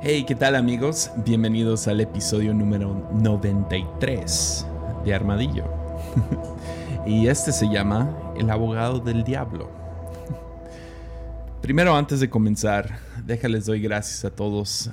Hey, ¿qué tal amigos? Bienvenidos al episodio número 93 de Armadillo. Y este se llama El abogado del diablo. Primero, antes de comenzar, déjales doy gracias a todos.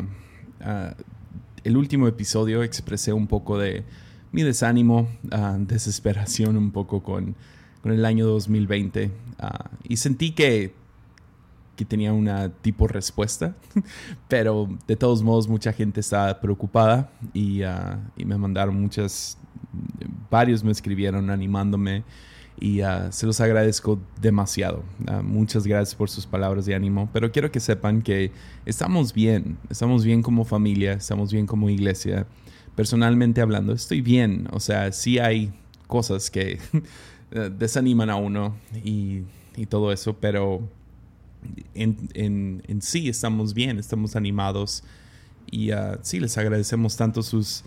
El último episodio expresé un poco de mi desánimo, desesperación un poco con el año 2020. Y sentí que tenía una tipo respuesta, pero de todos modos mucha gente estaba preocupada y me mandaron varios me escribieron animándome y se los agradezco demasiado. Muchas gracias por sus palabras de ánimo, pero quiero que sepan que estamos bien como familia, estamos bien como iglesia. Personalmente hablando, estoy bien, o sea, sí hay cosas que desaniman a uno y todo eso, pero en sí estamos bien, estamos animados y sí, les agradecemos tanto sus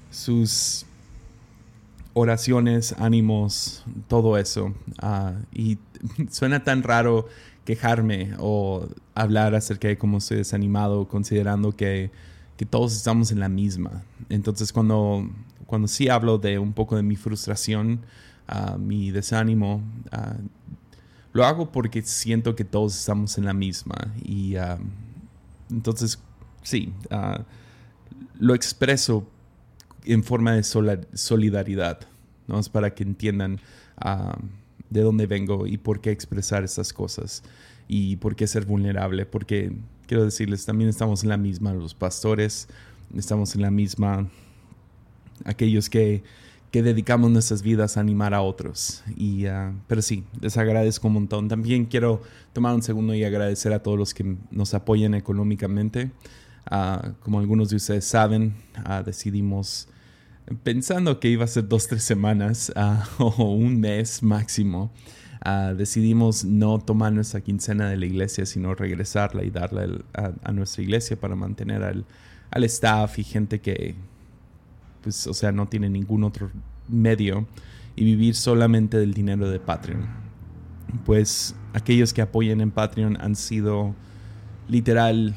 oraciones, ánimos, todo eso. Y suena tan raro quejarme o hablar acerca de cómo estoy desanimado, considerando que todos estamos en la misma. Entonces cuando sí hablo de un poco de mi frustración, mi desánimo, lo hago porque siento que todos estamos en la misma y entonces sí, lo expreso en forma de solidaridad, ¿no? Es para que entiendan de dónde vengo y por qué expresar estas cosas y por qué ser vulnerable, porque quiero decirles, también estamos en la misma, los pastores, estamos en la misma, aquellos que dedicamos nuestras vidas a animar a otros. Pero sí, les agradezco un montón. También quiero tomar un segundo y agradecer a todos los que nos apoyan económicamente. Como algunos de ustedes saben, decidimos, pensando que iba a ser 2-3 semanas o un mes máximo, decidimos no tomar nuestra quincena de la iglesia, sino regresarla y darla a nuestra iglesia para mantener al staff y gente que pues, o sea, no tiene ningún otro medio y vivir solamente del dinero de Patreon. Pues aquellos que apoyen en Patreon han sido literal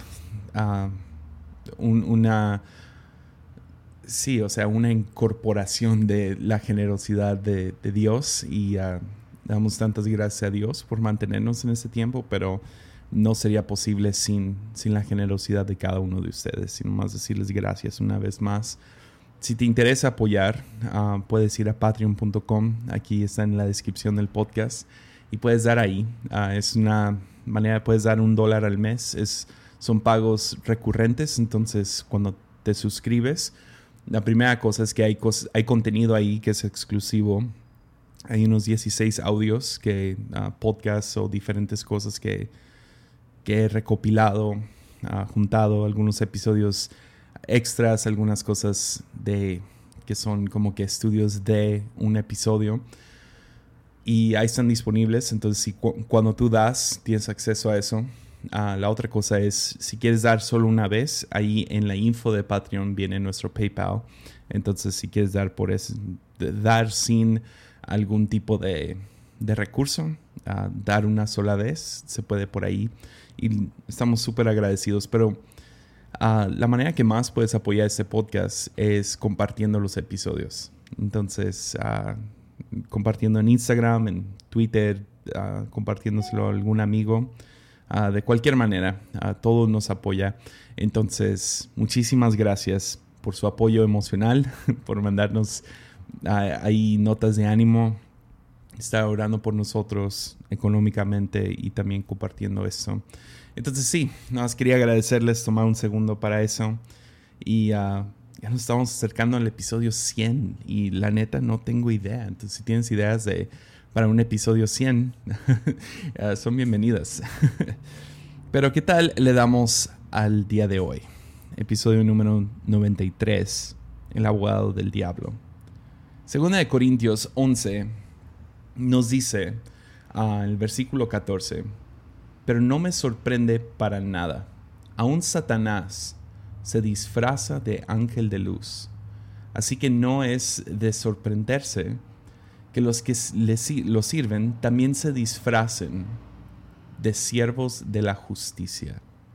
una incorporación de la generosidad de Dios y damos tantas gracias a Dios por mantenernos en este tiempo, pero no sería posible sin la generosidad de cada uno de ustedes, sino más decirles gracias una vez más. Si te interesa apoyar, puedes ir a patreon.com. Aquí está en la descripción del podcast. Y puedes dar ahí. Es una manera, puedes dar $1 al mes. Son pagos recurrentes. Entonces, cuando te suscribes, la primera cosa es que hay contenido ahí que es exclusivo. Hay unos 16 audios, podcasts o diferentes cosas que he recopilado, juntado, algunos episodios extras, algunas cosas que son como que estudios de un episodio y ahí están disponibles. Entonces cuando tú das, tienes acceso a eso. La otra cosa es, si quieres dar solo una vez, ahí en la info de Patreon viene nuestro PayPal. Entonces si quieres dar por eso, dar sin algún tipo de recurso, dar una sola vez, se puede por ahí y estamos súper agradecidos. Pero la manera que más puedes apoyar este podcast es compartiendo los episodios. Entonces, compartiendo en Instagram, en Twitter, compartiéndoselo a algún amigo. De cualquier manera, todo nos apoya. Entonces, muchísimas gracias por su apoyo emocional, por mandarnos ahí notas de ánimo, estar orando por nosotros económicamente y también compartiendo eso. Entonces sí, nada más quería agradecerles, tomar un segundo para eso. Y ya nos estamos acercando al episodio 100 y la neta no tengo idea. Entonces si tienes ideas para un episodio 100, son bienvenidas. Pero ¿qué tal le damos al día de hoy? Episodio número 93, El abogado del diablo. Segunda de Corintios 11 nos dice, el versículo 14... Pero no me sorprende para nada. Aún Satanás se disfraza de ángel de luz. Así que no es de sorprenderse que los que lo sirven también se disfracen de siervos de la justicia.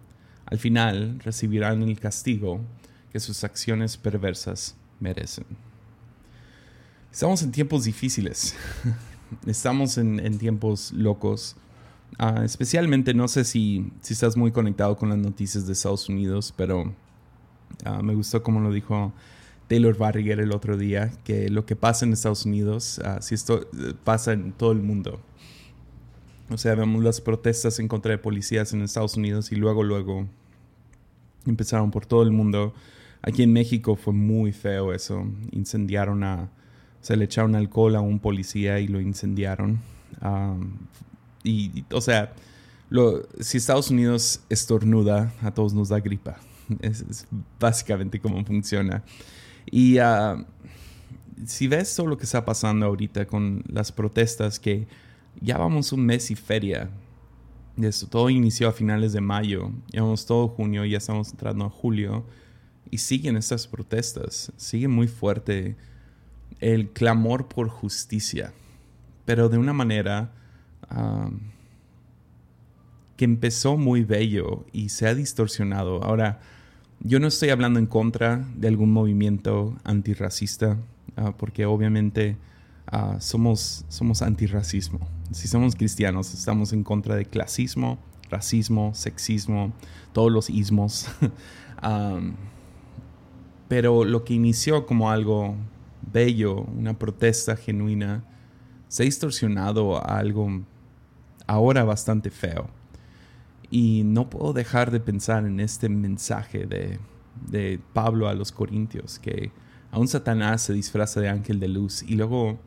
al final recibirán el castigo que sus acciones perversas merecen. Estamos en tiempos difíciles. Estamos en tiempos locos. Especialmente, no sé si estás muy conectado con las noticias de Estados Unidos, pero me gustó como lo dijo Taylor Barriger el otro día, que lo que pasa en Estados Unidos, si esto pasa en todo el mundo. O sea, vemos las protestas en contra de policías en Estados Unidos y luego empezaron por todo el mundo. Aquí en México fue muy feo eso. Incendiaron le echaron alcohol a un policía y lo incendiaron. O sea, si Estados Unidos estornuda, a todos nos da gripa. Es básicamente cómo funciona. Y si ves todo lo que está pasando ahorita con las protestas, que ya vamos un mes y feria de esto. Todo inició a finales de mayo. Llevamos todo junio, ya estamos entrando a julio. Y siguen estas protestas. Sigue muy fuerte el clamor por justicia. Pero de una manera que empezó muy bello y se ha distorsionado. Ahora, yo no estoy hablando en contra de algún movimiento antirracista, porque obviamente somos antirracismo. Si somos cristianos, estamos en contra de clasismo, racismo, sexismo, todos los ismos. Pero lo que inició como algo bello, una protesta genuina, se ha distorsionado a algo ahora bastante feo. Y no puedo dejar de pensar en este mensaje de Pablo a los Corintios, que aún Satanás se disfraza de ángel de luz. Y luego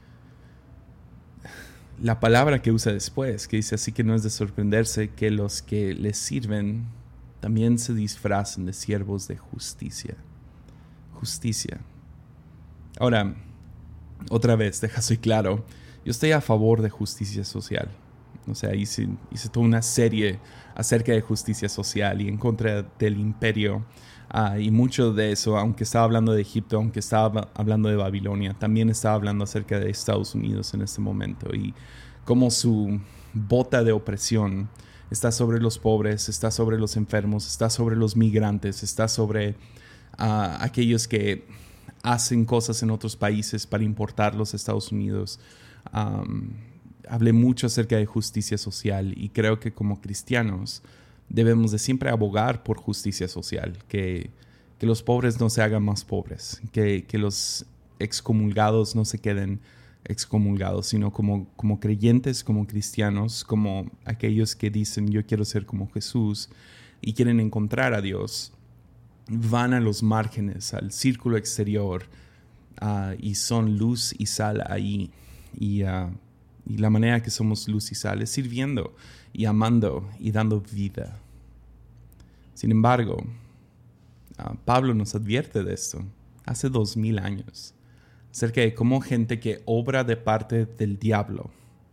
la palabra que usa después, que dice: así que no es de sorprenderse que los que les sirven también se disfracen de siervos de justicia. Justicia. Ahora, otra vez, soy claro, yo estoy a favor de justicia social. O sea, hice toda una serie acerca de justicia social y en contra del imperio. Y mucho de eso, aunque estaba hablando de Egipto, aunque estaba hablando de Babilonia, también estaba hablando acerca de Estados Unidos en este momento. Y cómo su bota de opresión está sobre los pobres, está sobre los enfermos, está sobre los migrantes, está sobre aquellos que hacen cosas en otros países para importarlos a Estados Unidos. Hablé mucho acerca de justicia social y creo que como cristianos debemos de siempre abogar por justicia social, que los pobres no se hagan más pobres, que los excomulgados no se queden excomulgados, sino como creyentes, como cristianos, como aquellos que dicen yo quiero ser como Jesús y quieren encontrar a Dios, van a los márgenes, al círculo exterior y son luz y sal ahí. Y la manera que somos luz y sal es sirviendo y amando y dando vida. Sin embargo, Pablo nos advierte de esto hace 2000 años, acerca de cómo gente que obra de parte del diablo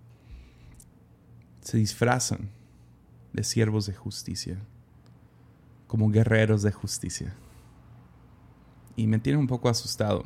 se disfrazan de siervos de justicia, como guerreros de justicia. Y me tiene un poco asustado.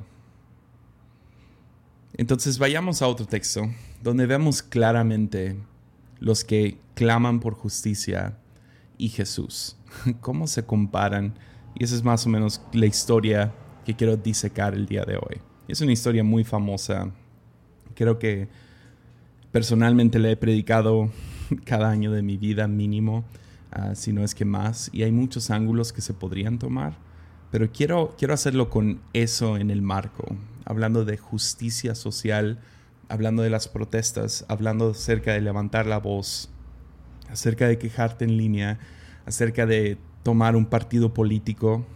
Entonces vayamos a otro texto donde vemos claramente los que claman por justicia y Jesús. ¿Cómo se comparan? Y esa es más o menos la historia que quiero disecar el día de hoy. Es una historia muy famosa. Creo que personalmente la he predicado cada año de mi vida mínimo, si no es que más. Y hay muchos ángulos que se podrían tomar. Pero quiero hacerlo con eso en el marco. Hablando de justicia social, hablando de las protestas, hablando acerca de levantar la voz, acerca de quejarte en línea, acerca de tomar un partido político,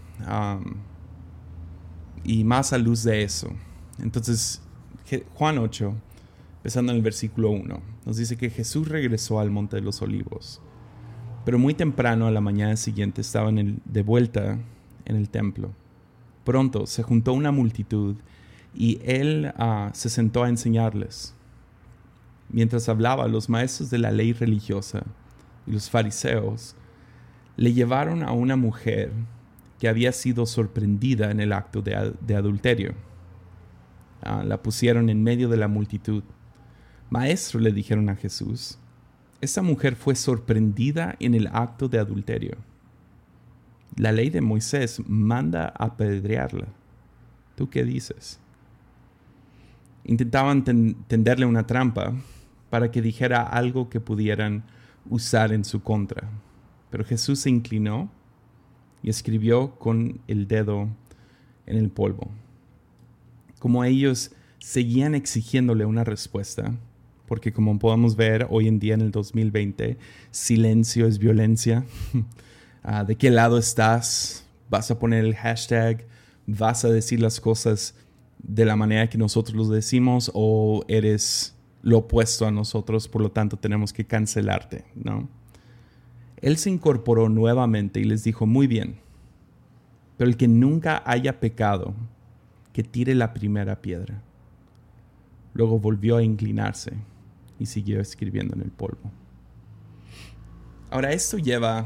y más a luz de eso. Entonces, Juan 8, empezando en el versículo 1, nos dice que Jesús regresó al Monte de los Olivos, pero muy temprano a la mañana siguiente estaban de vuelta en el templo. Pronto se juntó una multitud y él se sentó a enseñarles. Mientras hablaba, los maestros de la ley religiosa y los fariseos le llevaron a una mujer que había sido sorprendida en el acto de adulterio. La pusieron en medio de la multitud. Maestro, le dijeron a Jesús, esta mujer fue sorprendida en el acto de adulterio. La ley de Moisés manda apedrearla. ¿Tú qué dices? Intentaban tenderle una trampa para que dijera algo que pudieran usar en su contra. Pero Jesús se inclinó y escribió con el dedo en el polvo. Como ellos seguían exigiéndole una respuesta, porque como podemos ver hoy en día en el 2020, silencio es violencia. ¿De qué lado estás? ¿Vas a poner el hashtag? ¿Vas a decir las cosas de la manera que nosotros los decimos o eres lo opuesto a nosotros, por lo tanto tenemos que cancelarte, ¿no? Él se incorporó nuevamente y les dijo, muy bien, pero el que nunca haya pecado, que tire la primera piedra. Luego volvió a inclinarse y siguió escribiendo en el polvo. Ahora, esto lleva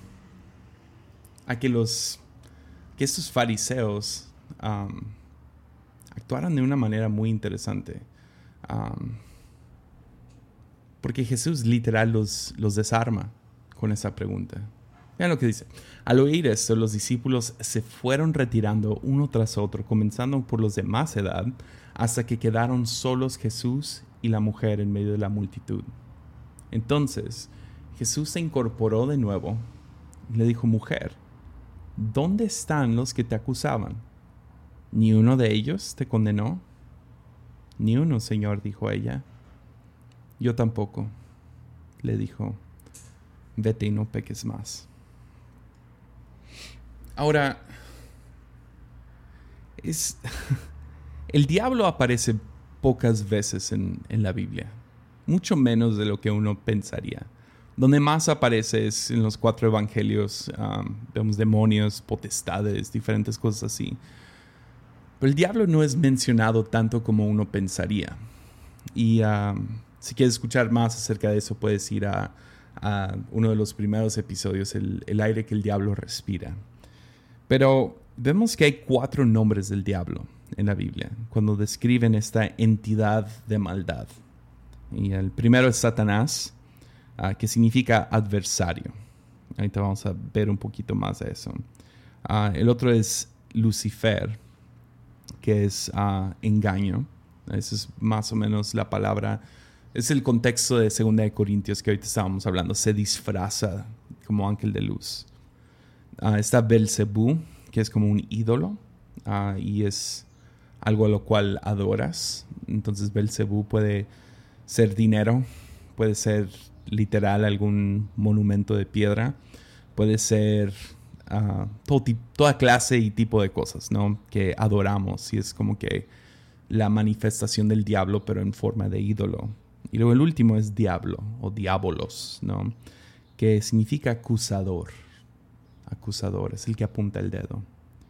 a que estos fariseos actuaran de una manera muy interesante. Porque Jesús literal los desarma con esa pregunta. Vean lo que dice. Al oír esto, los discípulos se fueron retirando uno tras otro, comenzando por los de más edad, hasta que quedaron solos Jesús y la mujer en medio de la multitud. Entonces, Jesús se incorporó de nuevo y le dijo, mujer, ¿dónde están los que te acusaban? ¿Ni uno de ellos te condenó? Ni uno, Señor, dijo ella. Yo tampoco, le dijo, vete y no peques más. Ahora, el diablo aparece pocas veces en la Biblia, mucho menos de lo que uno pensaría. Donde más aparece es en los 4 evangelios. Vemos demonios, potestades, diferentes cosas así. Pero el diablo no es mencionado tanto como uno pensaría. Y si quieres escuchar más acerca de eso, puedes ir a uno de los primeros episodios, el aire que el diablo respira. Pero vemos que hay 4 nombres del diablo en la Biblia, cuando describen esta entidad de maldad. Y el primero es Satanás, que significa adversario. Ahorita vamos a ver un poquito más de eso. El otro es Lucifer, que es engaño. Esa es más o menos la palabra. Es el contexto de 2 Corintios que ahorita estábamos hablando. Se disfraza como ángel de luz. Está Belcebú, que es como un ídolo. Y es algo a lo cual adoras. Entonces Belcebú puede ser dinero. Puede ser literal algún monumento de piedra. Puede ser toda clase y tipo de cosas, ¿no? Que adoramos. Y es como que la manifestación del diablo, pero en forma de ídolo. Y luego el último es diablo o diabolos, ¿no? Que significa acusador. Acusador, es el que apunta el dedo.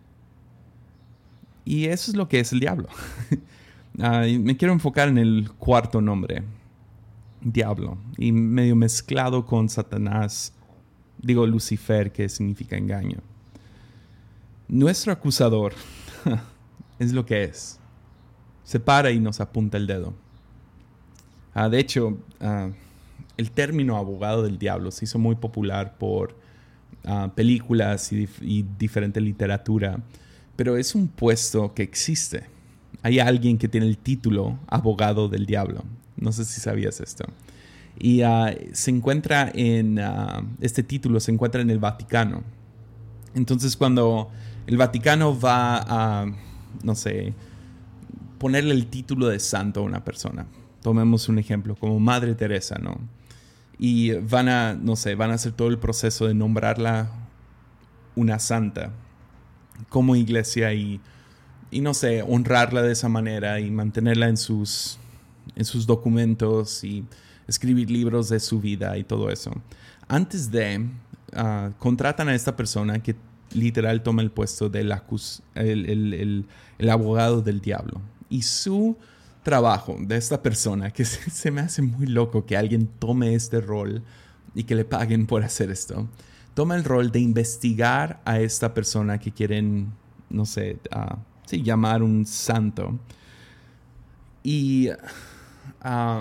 Y eso es lo que es el diablo. Me quiero enfocar en el 4º nombre, diablo, y medio mezclado con Satanás, digo Lucifer, que significa engaño. Nuestro acusador es lo que es. Se para y nos apunta el dedo. De hecho, el término abogado del diablo se hizo muy popular por películas y diferente literatura, pero es un puesto que existe. Hay alguien que tiene el título abogado del diablo. No sé si sabías esto. Y se encuentra este título se encuentra en el Vaticano. Entonces, cuando el Vaticano va a, no sé, ponerle el título de santo a una persona, tomemos un ejemplo, como Madre Teresa, ¿no? Y van a hacer todo el proceso de nombrarla una santa como iglesia y no sé, honrarla de esa manera y mantenerla en sus documentos y escribir libros de su vida y todo eso. Antes de, contratan a esta persona que literal toma el puesto del el abogado del diablo. Y su trabajo de esta persona, que se me hace muy loco que alguien tome este rol y que le paguen por hacer esto, toma el rol de investigar a esta persona que quieren, no sé, llamar un santo. Y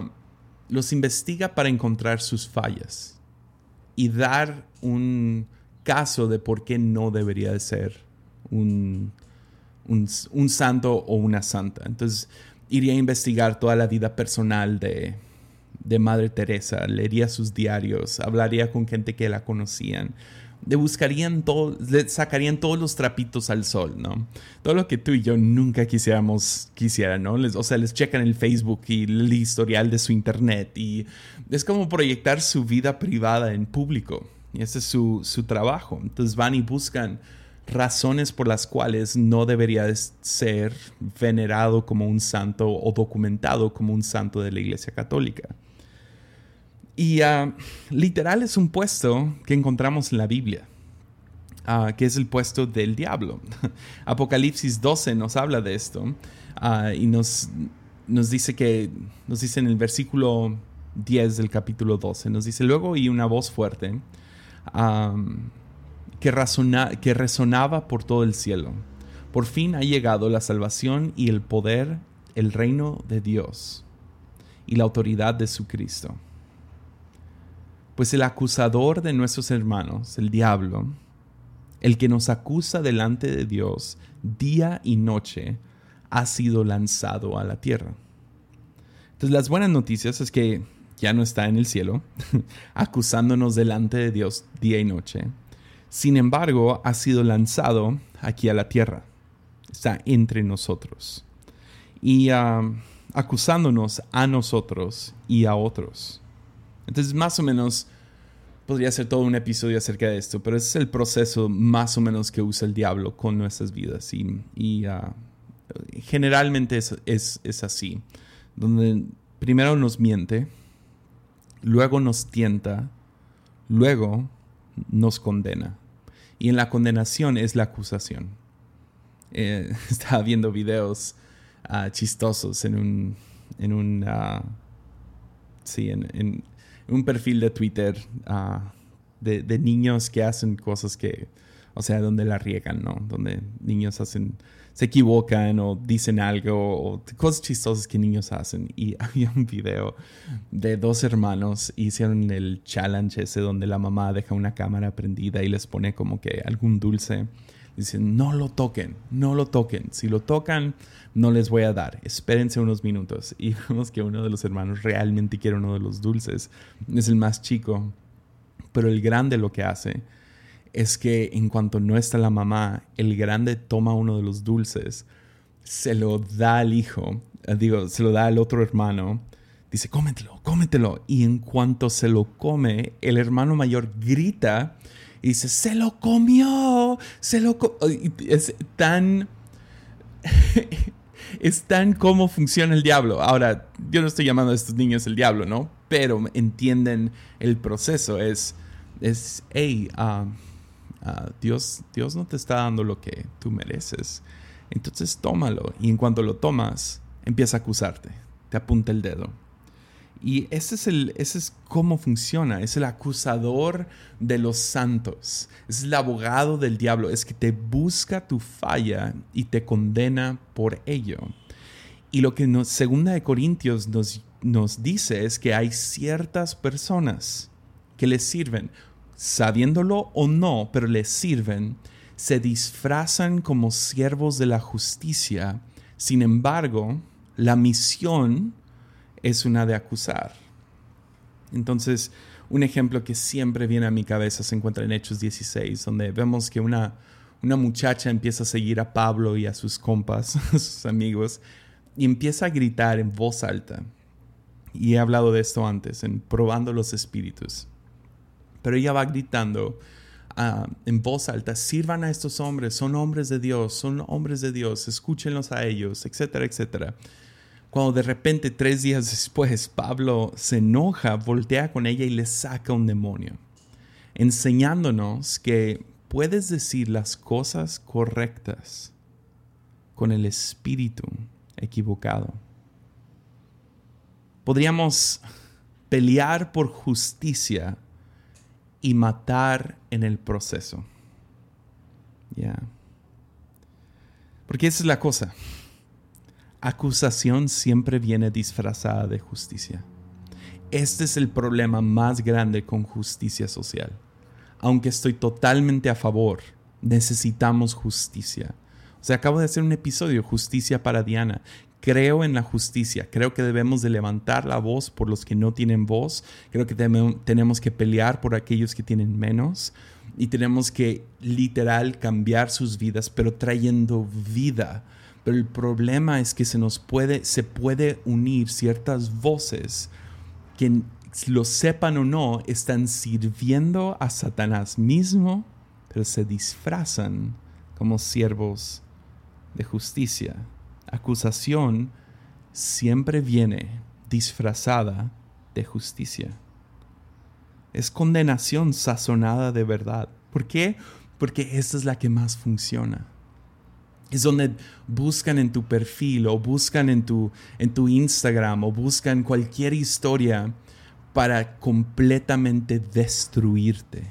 los investiga para encontrar sus fallas y dar un caso de por qué no debería de ser un santo o una santa. Entonces iría a investigar toda la vida personal de Madre Teresa, leería sus diarios, hablaría con gente que la conocían, le sacarían todos los trapitos al sol, ¿no? Todo lo que tú y yo nunca quisieran, ¿no? Les checan el Facebook y el historial de su internet, y es como proyectar su vida privada en público, y ese es su trabajo. Entonces van y buscan razones por las cuales no debería ser venerado como un santo o documentado como un santo de la Iglesia Católica. Y literal es un puesto que encontramos en la Biblia, que es el puesto del diablo. Apocalipsis 12 nos habla de esto, y nos dice en el versículo 10 del capítulo 12, nos dice: luego oí una voz fuerte que resonaba por todo el cielo. Por fin ha llegado la salvación y el poder, el reino de Dios y la autoridad de su Cristo. Pues el acusador de nuestros hermanos, el diablo, el que nos acusa delante de Dios día y noche, ha sido lanzado a la tierra. Entonces las buenas noticias es que ya no está en el cielo acusándonos delante de Dios día y noche. Sin embargo, ha sido lanzado aquí a la tierra. Está entre nosotros. Y acusándonos a nosotros y a otros. Entonces, más o menos, podría ser todo un episodio acerca de esto, pero ese es el proceso más o menos que usa el diablo con nuestras vidas. Y generalmente es así. Donde primero nos miente, luego nos tienta, luego nos condena. Y en la condenación es la acusación. Estaba viendo videos chistosos en un perfil de Twitter de niños que hacen cosas que, o sea, donde la riegan, ¿no? Donde niños se equivocan o dicen algo, o cosas chistosas que niños hacen. Y había un video de dos hermanos, hicieron el challenge ese donde la mamá deja una cámara prendida y les pone como que algún dulce. Dicen: no lo toquen, no lo toquen. Si lo tocan, no les voy a dar. Espérense unos minutos. Y vemos que uno de los hermanos realmente quiere uno de los dulces. Es el más chico. Pero el grande lo que hace es que en cuanto no está la mamá, el grande toma uno de los dulces, se lo da al hijo, se lo da al otro hermano, dice: cómetelo. Y en cuanto se lo come, el hermano mayor grita y dice: ¡se lo comió! Es tan... es tan cómo funciona el diablo. Ahora, yo no estoy llamando a estos niños el diablo, ¿no? Pero entienden el proceso. Dios no te está dando lo que tú mereces. Entonces tómalo. Y en cuanto lo tomas, empieza a acusarte. Te apunta el dedo. Y ese es cómo funciona. Es el acusador de los santos. Es el abogado del diablo. Es que te busca tu falla y te condena por ello. Y lo que Segunda de Corintios nos dice es que hay ciertas personas que les sirven, sabiéndolo o no, pero les sirven, se disfrazan como siervos de la justicia. Sin embargo, la misión es una de acusar. Entonces, un ejemplo que siempre viene a mi cabeza se encuentra en Hechos 16, donde vemos que una muchacha empieza a seguir a Pablo y a sus compas, a sus amigos, y empieza a gritar en voz alta. Y he hablado de esto antes, en Probando los Espíritus. Pero ella va gritando en voz alta: sirvan a estos hombres, son hombres de Dios, escúchenlos a ellos, etcétera, etcétera. Cuando de repente 3 días después Pablo se enoja, voltea con ella y le saca un demonio, enseñándonos que puedes decir las cosas correctas con el espíritu equivocado. Podríamos pelear por justicia y matar en el proceso. Porque esa es la cosa. Acusación siempre viene disfrazada de justicia. Este es el problema más grande con justicia social. aunque estoy totalmente a favor, necesitamos justicia. O sea, acabo de hacer un episodio, Justicia para Diana. Creo en la justicia. Creo que debemos de levantar la voz por los que no tienen voz. Creo que tenemos que pelear por aquellos que tienen menos. Y tenemos que literal cambiar sus vidas, pero trayendo vida. Pero el problema es que se puede unir ciertas voces que, lo sepan o no, están sirviendo a Satanás mismo, pero se disfrazan como siervos de justicia. Acusación siempre viene disfrazada de justicia. Es condenación sazonada de verdad. ¿Por qué? Porque esta es la que más funciona. Es donde buscan en tu perfil o buscan en tu Instagram o buscan cualquier historia para completamente destruirte.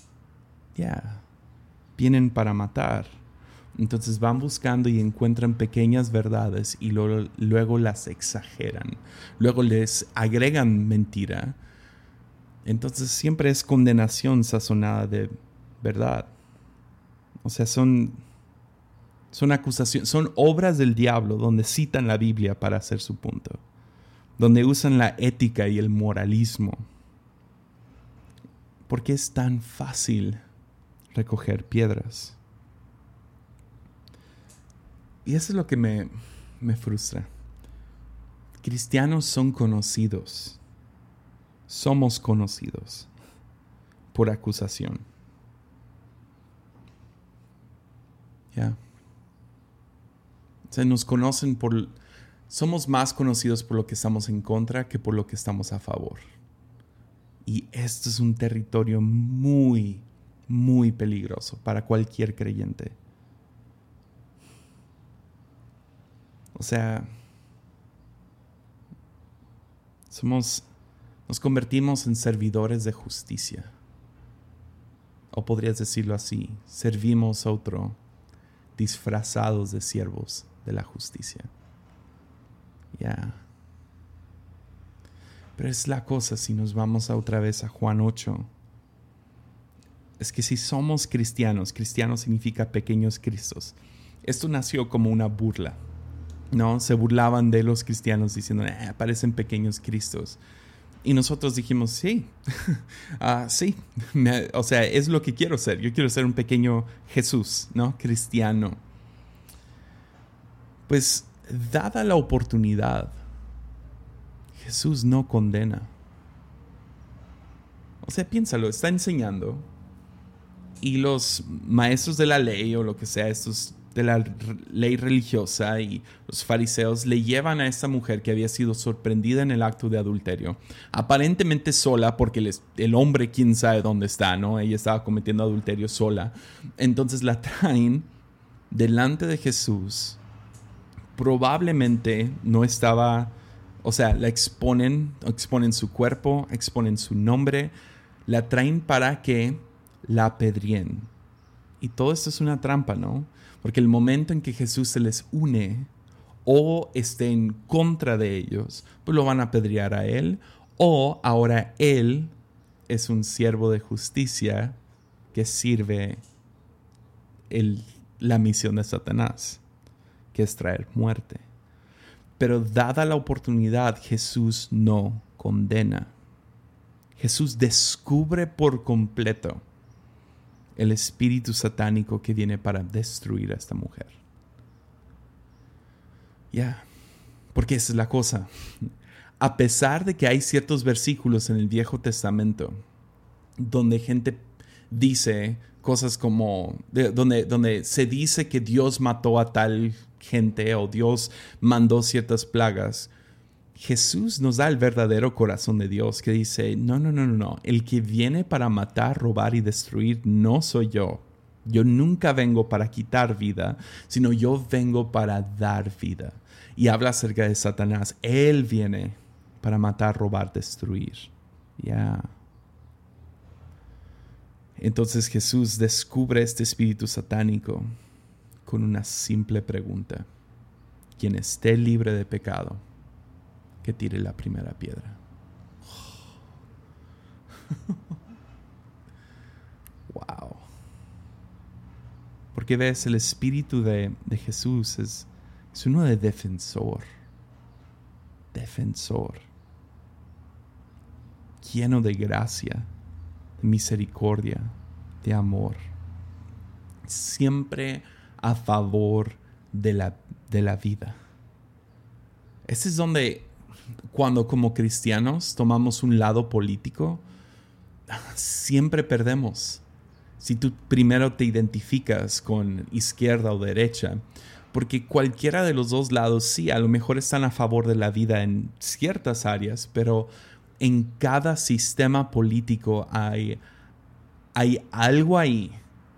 Vienen para matar. Entonces van buscando y encuentran pequeñas verdades y luego las exageran. Luego les agregan mentira. Entonces siempre es condenación sazonada de verdad. O sea, son acusaciones, son obras del diablo donde citan la Biblia para hacer su punto. Donde usan la ética y el moralismo. ¿Por qué es tan fácil recoger piedras? Y eso es lo que me frustra. Cristianos son conocidos. Somos conocidos por acusación. O sea, nos conocen somos más conocidos por lo que estamos en contra que por lo que estamos a favor. Y esto es un territorio muy, muy peligroso para cualquier creyente. O sea, nos convertimos en servidores de justicia. O podrías decirlo así, servimos a otro disfrazados de siervos de la justicia. Pero es la cosa, si nos vamos otra vez a Juan 8, es que si somos cristianos significa pequeños cristos. Esto nació como una burla, ¿no? Se burlaban de los cristianos diciendo, parecen pequeños cristos. Y nosotros dijimos, sí, sí, o sea, es lo que quiero ser. Yo quiero ser un pequeño Jesús, ¿no? Cristiano. Pues, dada la oportunidad, Jesús no condena. O sea, piénsalo, está enseñando y los maestros de la ley o lo que sea, estos de la ley religiosa y los fariseos le llevan a esta mujer que había sido sorprendida en el acto de adulterio, aparentemente sola porque el hombre quién sabe dónde está, ¿no? Ella estaba cometiendo adulterio sola. Entonces la traen delante de Jesús. Probablemente no estaba, o sea, la exponen su cuerpo, exponen su nombre, la traen para que la apedreen. Y todo esto es una trampa, ¿no? Porque el momento en que Jesús se les une o esté en contra de ellos, pues lo van a apedrear a él, o ahora él es un siervo de justicia que sirve la misión de Satanás, que es traer muerte. Pero dada la oportunidad, Jesús no condena. Jesús descubre por completo el espíritu satánico que viene para destruir a esta mujer. Porque esa es la cosa. A pesar de que hay ciertos versículos en el Viejo Testamento donde gente dice cosas como, donde se dice que Dios mató a tal gente o Dios mandó ciertas plagas, Jesús nos da el verdadero corazón de Dios que dice, no. El que viene para matar, robar y destruir no soy yo. Yo nunca vengo para quitar vida, sino yo vengo para dar vida. Y habla acerca de Satanás. Él viene para matar, robar, destruir. Entonces Jesús descubre este espíritu satánico con una simple pregunta. Quien esté libre de pecado, que tire la primera piedra. Porque ves, el espíritu de Jesús es uno de defensor. Defensor. Lleno de gracia, de misericordia, de amor. Siempre a favor de la vida. Ese es donde, cuando como cristianos tomamos un lado político, siempre perdemos. Si tú primero te identificas con izquierda o derecha, porque cualquiera de los dos lados sí, a lo mejor están a favor de la vida en ciertas áreas, pero en cada sistema político hay algo ahí,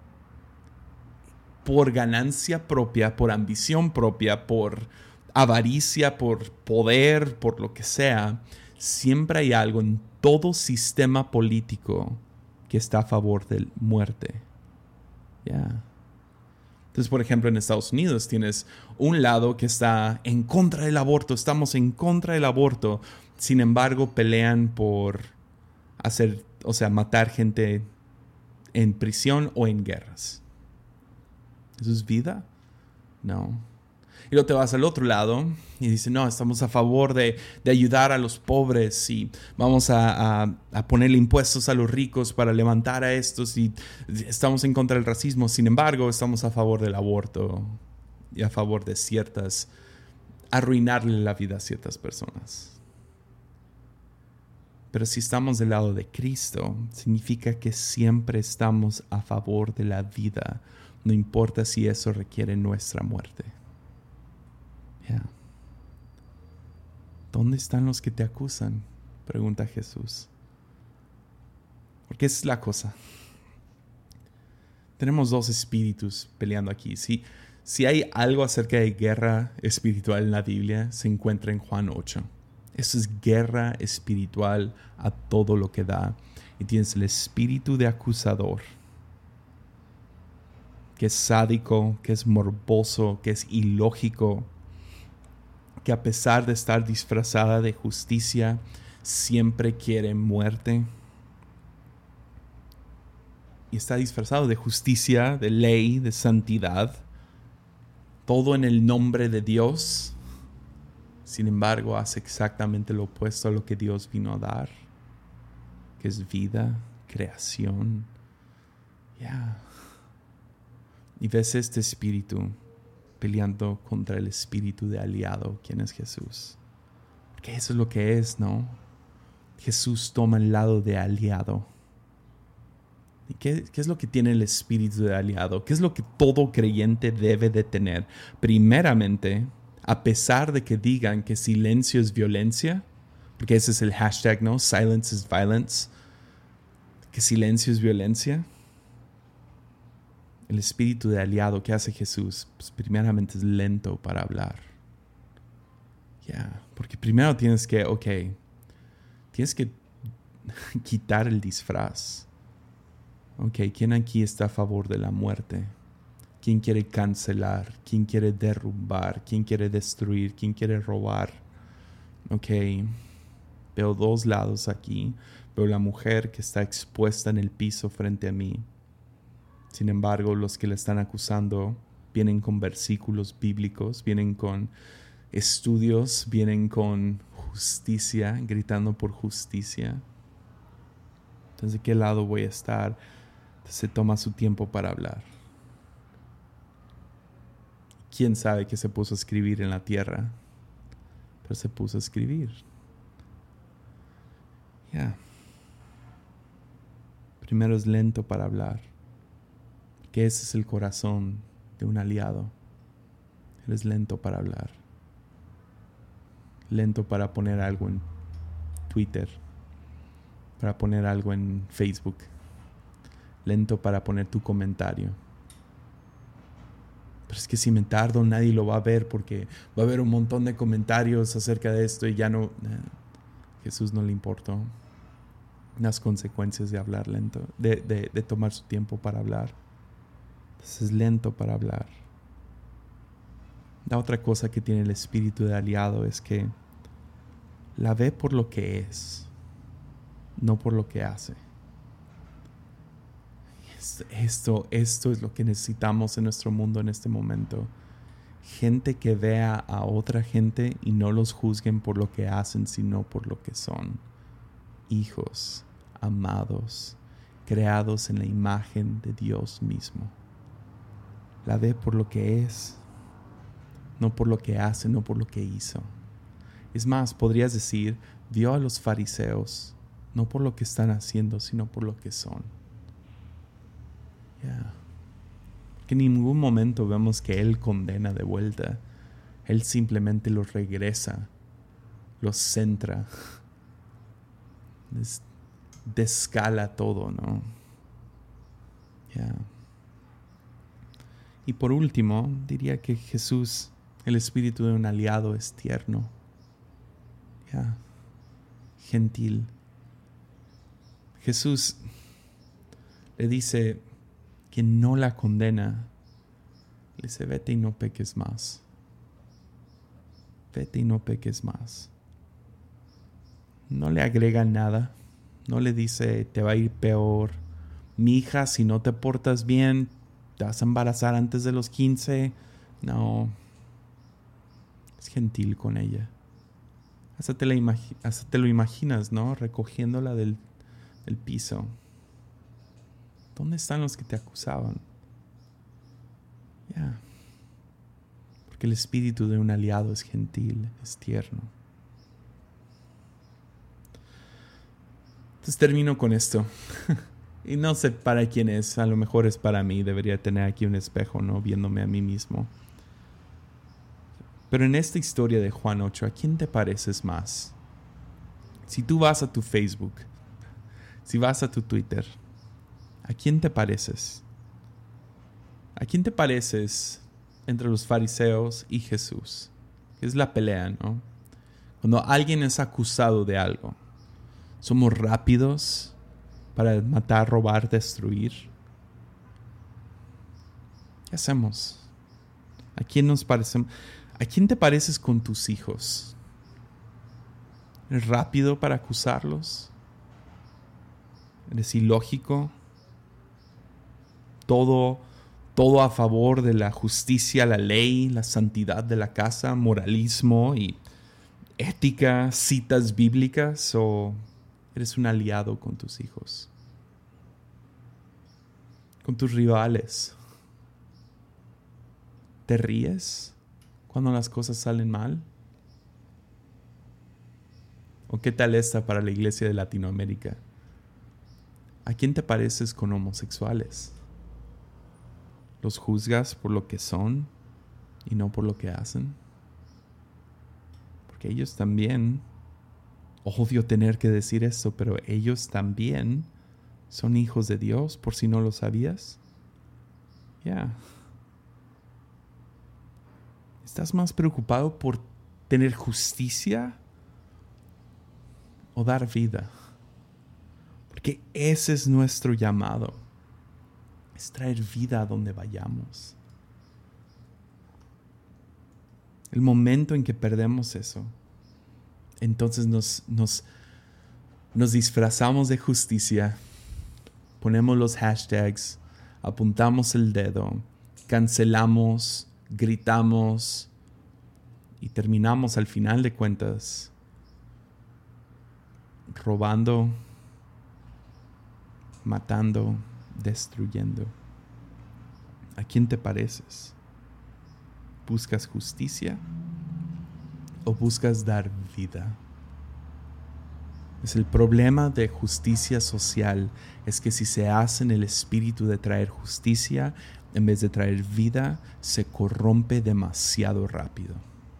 por ganancia propia, por ambición propia, por avaricia, por poder, por lo que sea. Siempre hay algo en todo sistema político que está a favor de muerte. Ya. Entonces, por ejemplo, en Estados Unidos tienes un lado que está en contra del aborto. Estamos en contra del aborto. Sin embargo, pelean por matar gente en prisión o en guerras. ¿Eso es vida? No. Y luego te vas al otro lado y dices, no, estamos a favor de ayudar a los pobres y vamos a ponerle impuestos a los ricos para levantar a estos y estamos en contra del racismo. Sin embargo, estamos a favor del aborto y a favor de arruinarle la vida a ciertas personas. Pero si estamos del lado de Cristo, significa que siempre estamos a favor de la vida, no importa si eso requiere nuestra muerte. Yeah. ¿Dónde están los que te acusan?, pregunta Jesús. Porque esa es la cosa. Tenemos dos espíritus peleando aquí. Si hay algo acerca de guerra espiritual en la Biblia, se encuentra en Juan 8. Eso es guerra espiritual a todo lo que da. Y tienes el espíritu de acusador, que es sádico, que es morboso, que es ilógico, que a pesar de estar disfrazada de justicia, siempre quiere muerte. Y está disfrazado de justicia, de ley, de santidad. Todo en el nombre de Dios. Sin embargo, hace exactamente lo opuesto a lo que Dios vino a dar, que es vida, creación. Y ves este espíritu peleando contra el espíritu de aliado, quien es Jesús. Porque eso es lo que es, ¿no? Jesús toma el lado de aliado. ¿Y qué es lo que tiene el espíritu de aliado? ¿Qué es lo que todo creyente debe de tener? Primeramente, a pesar de que digan que silencio es violencia, porque ese es el hashtag, ¿no? Silence is violence. Que silencio es violencia. El espíritu de aliado que hace Jesús, pues primeramente es lento para hablar. Porque primero tienes que quitar el disfraz. ¿Quién aquí está a favor de la muerte? ¿Quién quiere cancelar? ¿Quién quiere derrumbar? ¿Quién quiere destruir? ¿Quién quiere robar? Veo dos lados aquí. Veo la mujer que está expuesta en el piso frente a mí. Sin embargo, los que le están acusando vienen con versículos bíblicos, vienen con estudios, vienen con justicia, gritando por justicia. Entonces, ¿de qué lado voy a estar? Entonces, se toma su tiempo para hablar. ¿Quién sabe qué se puso a escribir en la tierra? Pero se puso a escribir. Primero es lento para hablar. Que ese es el corazón de un aliado. Eres lento para hablar. Lento para poner algo en Twitter. Para poner algo en Facebook. Lento para poner tu comentario. Pero es que si me tardo nadie lo va a ver porque va a haber un montón de comentarios acerca de esto y ya no... Jesús no le importó las consecuencias de hablar lento, de tomar su tiempo para hablar. Entonces es lento para hablar. La otra cosa que tiene el espíritu de aliado es que la ve por lo que es, no por lo que hace. Esto es lo que necesitamos en nuestro mundo en este momento. Gente que vea a otra gente y no los juzguen por lo que hacen, sino por lo que son. Hijos amados, creados en la imagen de Dios mismo. La ve por lo que es, no por lo que hace, no por lo que hizo. Es más, podrías decir, vio a los fariseos, no por lo que están haciendo, sino por lo que son. Que en ningún momento vemos que Él condena de vuelta. Él simplemente los regresa, los centra, descala todo, ¿no? Y por último, diría que Jesús, el espíritu de un aliado, es tierno, gentil. Jesús le dice que no la condena. Le dice, vete y no peques más. Vete y no peques más. No le agrega nada. No le dice, te va a ir peor. Mi hija, si no te portas bien, te vas a embarazar antes de los 15. No. Es gentil con ella. Hasta te lo imaginas, ¿no? Recogiéndola del piso. ¿Dónde están los que te acusaban? Porque el espíritu de un aliado es gentil, es tierno. Entonces termino con esto. Y no sé para quién es, a lo mejor es para mí. Debería tener aquí un espejo, ¿no? Viéndome a mí mismo. Pero en esta historia de Juan 8, ¿a quién te pareces más? Si tú vas a tu Facebook, si vas a tu Twitter, ¿a quién te pareces? ¿A quién te pareces entre los fariseos y Jesús? Es la pelea, ¿no? Cuando alguien es acusado de algo, ¿somos rápidos para matar, robar, destruir? ¿Qué hacemos? ¿A quién nos parecemos? ¿A quién te pareces con tus hijos? ¿Eres rápido para acusarlos? ¿Eres ilógico? Todo a favor de la justicia, la ley, la santidad de la casa, moralismo y ética, citas bíblicas, ¿o eres un aliado con tus hijos? Con tus rivales. ¿Te ríes cuando las cosas salen mal? ¿O qué tal esta para la iglesia de Latinoamérica? ¿A quién te pareces con homosexuales? ¿Los juzgas por lo que son y no por lo que hacen? Porque ellos también, obvio tener que decir esto, pero ellos también son hijos de Dios, por si no lo sabías. ¿Estás más preocupado por tener justicia o dar vida? Porque ese es nuestro llamado. Es traer vida a donde vayamos. El momento en que perdemos eso, entonces nos disfrazamos de justicia, ponemos los hashtags, apuntamos el dedo, cancelamos, gritamos y terminamos al final de cuentas robando, matando, destruyendo. ¿A quién te pareces? ¿Buscas justicia o buscas dar vida? El problema de justicia social es que si se hace en el espíritu de traer justicia, en vez de traer vida, se corrompe demasiado rápido.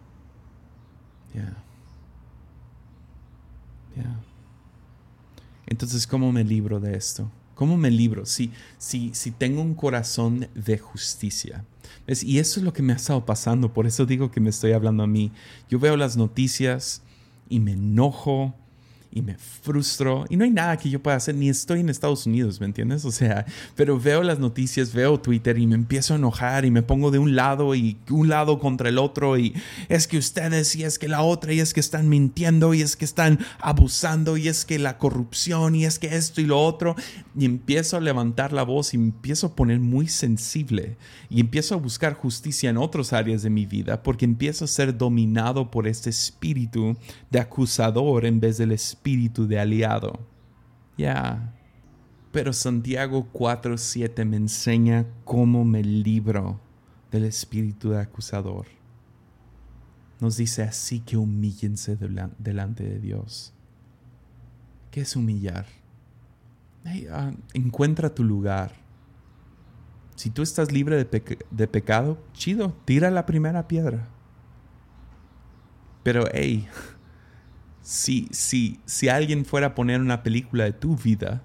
Entonces, ¿cómo me libro de esto? ¿Cómo me libro? Si tengo un corazón de justicia. ¿Ves? Y eso es lo que me ha estado pasando. Por eso digo que me estoy hablando a mí. Yo veo las noticias y me enojo y me frustro y no hay nada que yo pueda hacer, ni estoy en Estados Unidos, ¿me entiendes? O sea, pero veo las noticias, veo Twitter y me empiezo a enojar y me pongo de un lado y un lado contra el otro y es que ustedes y es que la otra y es que están mintiendo y es que están abusando y es que la corrupción y es que esto y lo otro, y empiezo a levantar la voz y me empiezo a poner muy sensible y empiezo a buscar justicia en otras áreas de mi vida porque empiezo a ser dominado por este espíritu de acusador en vez del espíritu de aliado. Ya. Pero Santiago 4:7 me enseña cómo me libro del espíritu de acusador. Nos dice así que humíllense delante de Dios. ¿Qué es humillar? Encuentra tu lugar. Si tú estás libre de pecado, chido, tira la primera piedra. Pero si alguien fuera a poner una película de tu vida,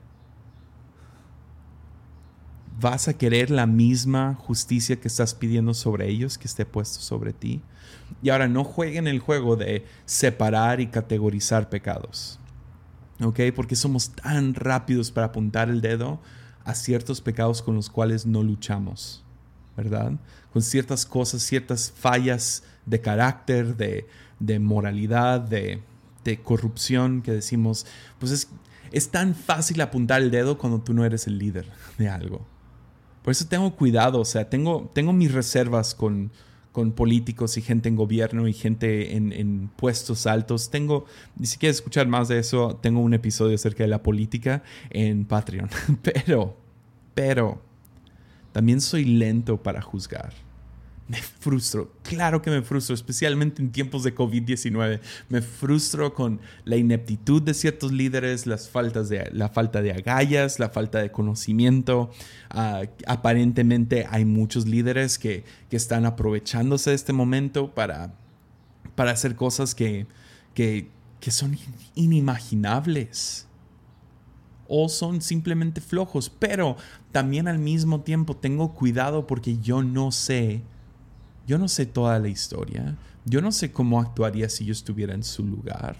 ¿vas a querer la misma justicia que estás pidiendo sobre ellos que esté puesto sobre ti? Y ahora no jueguen el juego de separar y categorizar pecados. ¿Ok? Porque somos tan rápidos para apuntar el dedo a ciertos pecados con los cuales no luchamos, ¿verdad? Con ciertas cosas, ciertas fallas de carácter, de moralidad, de corrupción que decimos, pues es tan fácil apuntar el dedo cuando tú no eres el líder de algo. Por eso tengo cuidado, o sea, tengo mis reservas con políticos y gente en gobierno y gente en puestos altos. Si quieres escuchar más de eso, tengo un episodio acerca de la política en Patreon. Pero también soy lento para juzgar. Me frustro, claro que me frustro, especialmente en tiempos de COVID-19. Me frustro con la ineptitud de ciertos líderes, la falta de agallas, la falta de conocimiento. Aparentemente hay muchos líderes que están aprovechándose de este momento para hacer cosas que son inimaginables. O son simplemente flojos, pero también al mismo tiempo tengo cuidado porque yo no sé toda la historia. Yo no sé cómo actuaría si yo estuviera en su lugar.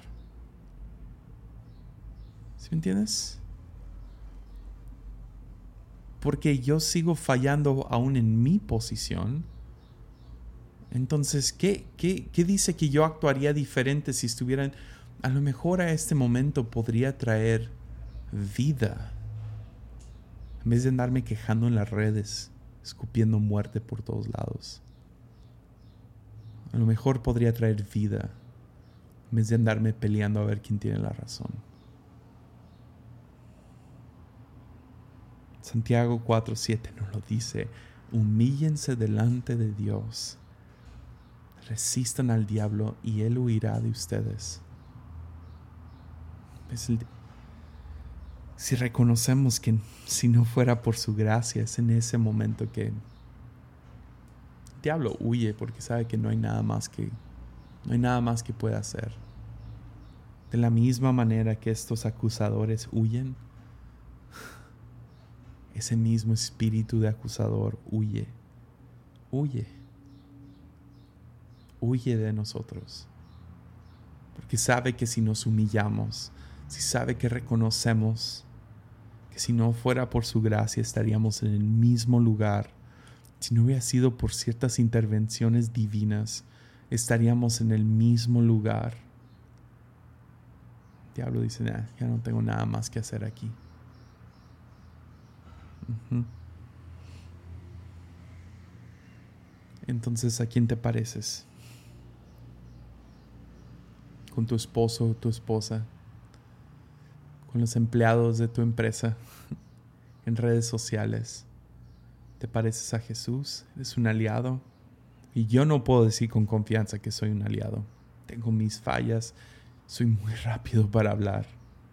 ¿Sí me entiendes? Porque yo sigo fallando aún en mi posición. Entonces, ¿qué dice que yo actuaría diferente si estuvieran? A lo mejor a este momento podría traer vida. En vez de andarme quejando en las redes, escupiendo muerte por todos lados. A lo mejor podría traer vida en vez de andarme peleando a ver quién tiene la razón. Santiago 4:7 nos lo dice: humíllense delante de Dios, resistan al diablo y él huirá de ustedes. Si reconocemos que si no fuera por su gracia, es en ese momento que el diablo huye, porque sabe que no hay nada más que pueda hacer. De la misma manera que estos acusadores huyen, ese mismo espíritu de acusador huye de nosotros. Porque sabe que si nos humillamos, si sabe que reconocemos que si no fuera por su gracia estaríamos en el mismo lugar, si no hubiera sido por ciertas intervenciones divinas, estaríamos en el mismo lugar. El diablo dice: ya no tengo nada más que hacer aquí. Entonces, ¿a quién te pareces? ¿Con tu esposo o tu esposa? ¿Con los empleados de tu empresa? ¿En redes sociales? ¿Te pareces a Jesús? ¿Eres un aliado? Y yo no puedo decir con confianza que soy un aliado. Tengo mis fallas. Soy muy rápido para hablar.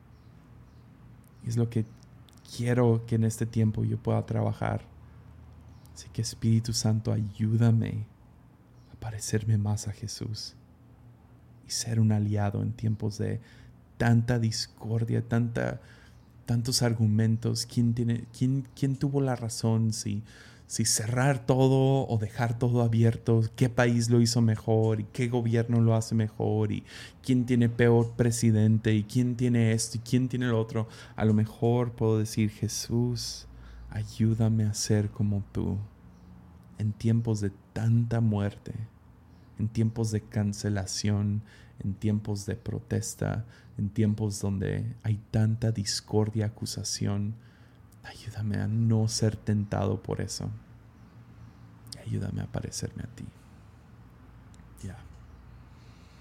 Y es lo que quiero que en este tiempo yo pueda trabajar. Así que Espíritu Santo, ayúdame a parecerme más a Jesús y ser un aliado en tiempos de tanta discordia, tantos argumentos. ¿Quién tuvo la razón? Si si cerrar todo o dejar todo abierto, qué país lo hizo mejor y qué gobierno lo hace mejor y quién tiene peor presidente y quién tiene esto y quién tiene lo otro. A lo mejor puedo decir, Jesús, ayúdame a ser como tú en tiempos de tanta muerte, en tiempos de cancelación, en tiempos de protesta, en tiempos donde hay tanta discordia, acusación. Ayúdame a no ser tentado por eso. Ayúdame a parecerme a ti. Ya.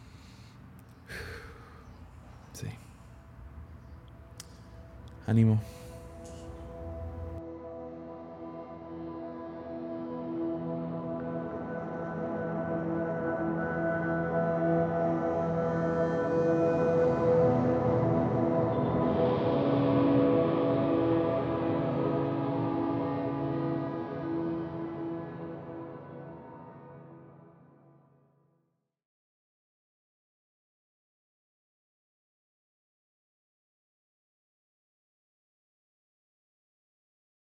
Sí. Ánimo.